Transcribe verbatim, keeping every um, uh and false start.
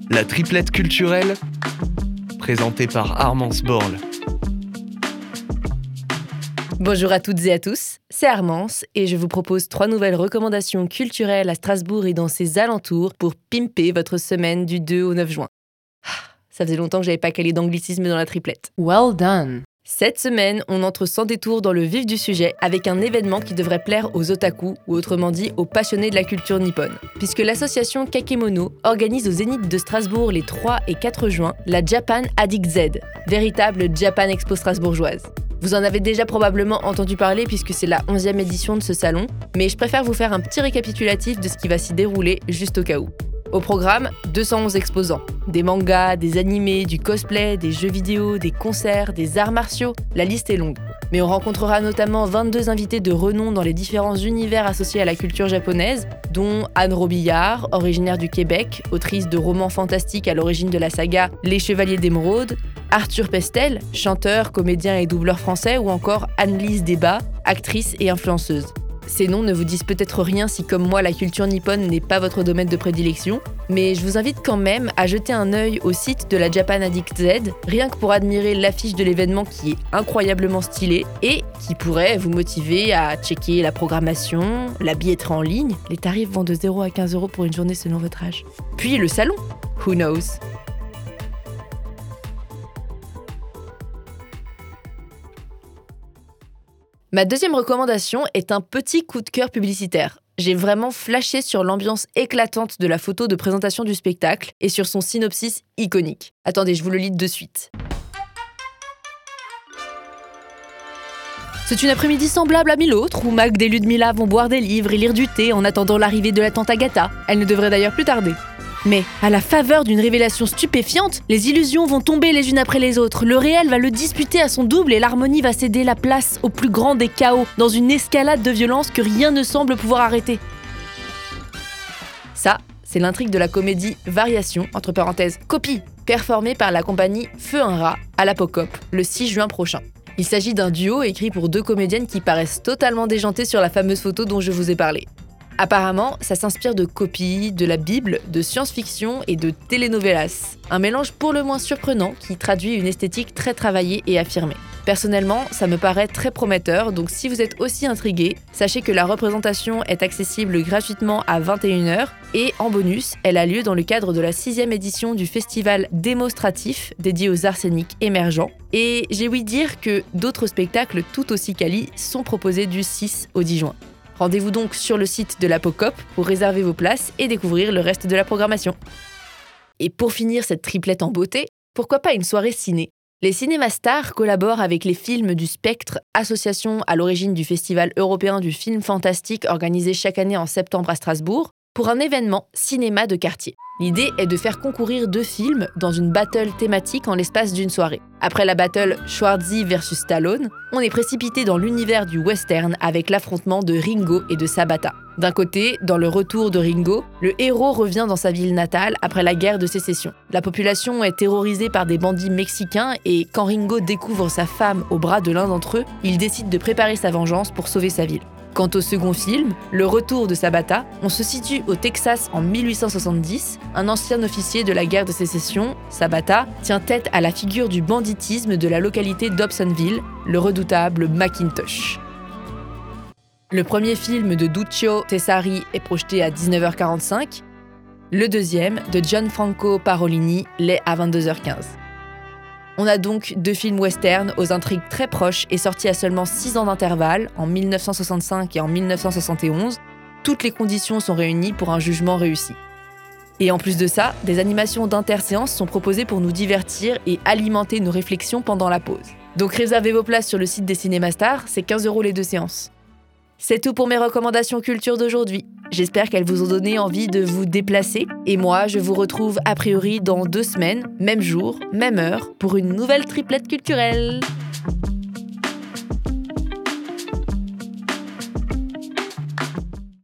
La triplette culturelle, présentée par Armance Borle. Bonjour à toutes et à tous, c'est Armance et je vous propose trois nouvelles recommandations culturelles à Strasbourg et dans ses alentours pour pimper votre semaine du deux au neuf juin. Ça faisait longtemps que j'avais pas calé d'anglicisme dans la triplette. Well done! Cette semaine, on entre sans détour dans le vif du sujet avec un événement qui devrait plaire aux otaku, ou autrement dit aux passionnés de la culture nippone. Puisque l'association Kakemono organise au Zénith de Strasbourg les trois et quatre juin la Japan Addict Z, véritable Japan Expo strasbourgeoise. Vous en avez déjà probablement entendu parler puisque c'est la onzième édition de ce salon, mais je préfère vous faire un petit récapitulatif de ce qui va s'y dérouler juste au cas où. Au programme, deux cent onze exposants. Des mangas, des animés, du cosplay, des jeux vidéo, des concerts, des arts martiaux, la liste est longue. Mais on rencontrera notamment vingt-deux invités de renom dans les différents univers associés à la culture japonaise, dont Anne Robillard, originaire du Québec, autrice de romans fantastiques à l'origine de la saga Les Chevaliers d'Émeraude, Arthur Pestel, chanteur, comédien et doubleur français, ou encore Anne-Lise Débat, actrice et influenceuse. Ces noms ne vous disent peut-être rien si, comme moi, la culture nippone n'est pas votre domaine de prédilection, mais je vous invite quand même à jeter un œil au site de la Japan Addict Z, rien que pour admirer l'affiche de l'événement qui est incroyablement stylée et qui pourrait vous motiver à checker la programmation, la billetterie en ligne. Les tarifs vont de zéro à quinze euros pour une journée selon votre âge. Puis le salon, who knows? Ma deuxième recommandation est un petit coup de cœur publicitaire. J'ai vraiment flashé sur l'ambiance éclatante de la photo de présentation du spectacle et sur son synopsis iconique. Attendez, je vous le lis de suite. C'est une après-midi semblable à mille autres où Magde et Ludmilla vont boire des livres et lire du thé en attendant l'arrivée de la tante Agatha. Elle ne devrait d'ailleurs plus tarder. Mais, à la faveur d'une révélation stupéfiante, les illusions vont tomber les unes après les autres, le réel va le disputer à son double et l'harmonie va céder la place au plus grand des chaos, dans une escalade de violence que rien ne semble pouvoir arrêter. Ça, c'est l'intrigue de la comédie Variation, entre parenthèses, copie, performée par la compagnie Feu un rat à l'Apocop, le six juin prochain. Il s'agit d'un duo écrit pour deux comédiennes qui paraissent totalement déjantées sur la fameuse photo dont je vous ai parlé. Apparemment, ça s'inspire de copies, de la Bible, de science-fiction et de telenovelas. Un mélange pour le moins surprenant qui traduit une esthétique très travaillée et affirmée. Personnellement, ça me paraît très prometteur, donc si vous êtes aussi intrigué, sachez que la représentation est accessible gratuitement à vingt et une heures et en bonus, elle a lieu dans le cadre de la sixième édition du festival démonstratif dédié aux arts scéniques émergents. Et j'ai ouï dire que d'autres spectacles tout aussi quali sont proposés du six au dix juin. Rendez-vous donc sur le site de l'Apocop pour réserver vos places et découvrir le reste de la programmation. Et pour finir cette triplette en beauté, pourquoi pas une soirée ciné? Les Cinémastars collaborent avec les films du Spectre, association à l'origine du Festival européen du film fantastique organisé chaque année en septembre à Strasbourg, pour un événement cinéma de quartier. L'idée est de faire concourir deux films dans une battle thématique en l'espace d'une soirée. Après la battle Schwarzy versus Stallone, on est précipité dans l'univers du western avec l'affrontement de Ringo et de Sabata. D'un côté, dans le retour de Ringo, le héros revient dans sa ville natale après la guerre de sécession. La population est terrorisée par des bandits mexicains et quand Ringo découvre sa femme au bras de l'un d'entre eux, il décide de préparer sa vengeance pour sauver sa ville. Quant au second film, Le Retour de Sabata, on se situe au Texas en mille huit cent soixante-dix. Un ancien officier de la guerre de sécession, Sabata, tient tête à la figure du banditisme de la localité d'Hobsonville, le redoutable Macintosh. Le premier film de Duccio Tessari est projeté à dix-neuf heures quarante-cinq. Le deuxième, de Gianfranco Parolini, l'est à vingt-deux heures quinze. On a donc deux films western aux intrigues très proches et sortis à seulement six ans d'intervalle, en mille neuf cent soixante-cinq et en mille neuf cent soixante et onze. Toutes les conditions sont réunies pour un jugement réussi. Et en plus de ça, des animations d'interséance sont proposées pour nous divertir et alimenter nos réflexions pendant la pause. Donc réservez vos places sur le site des Cinémastars, c'est quinze euros les deux séances. C'est tout pour mes recommandations culture d'aujourd'hui. J'espère qu'elles vous ont donné envie de vous déplacer. Et moi, je vous retrouve a priori dans deux semaines, même jour, même heure, pour une nouvelle triplette culturelle.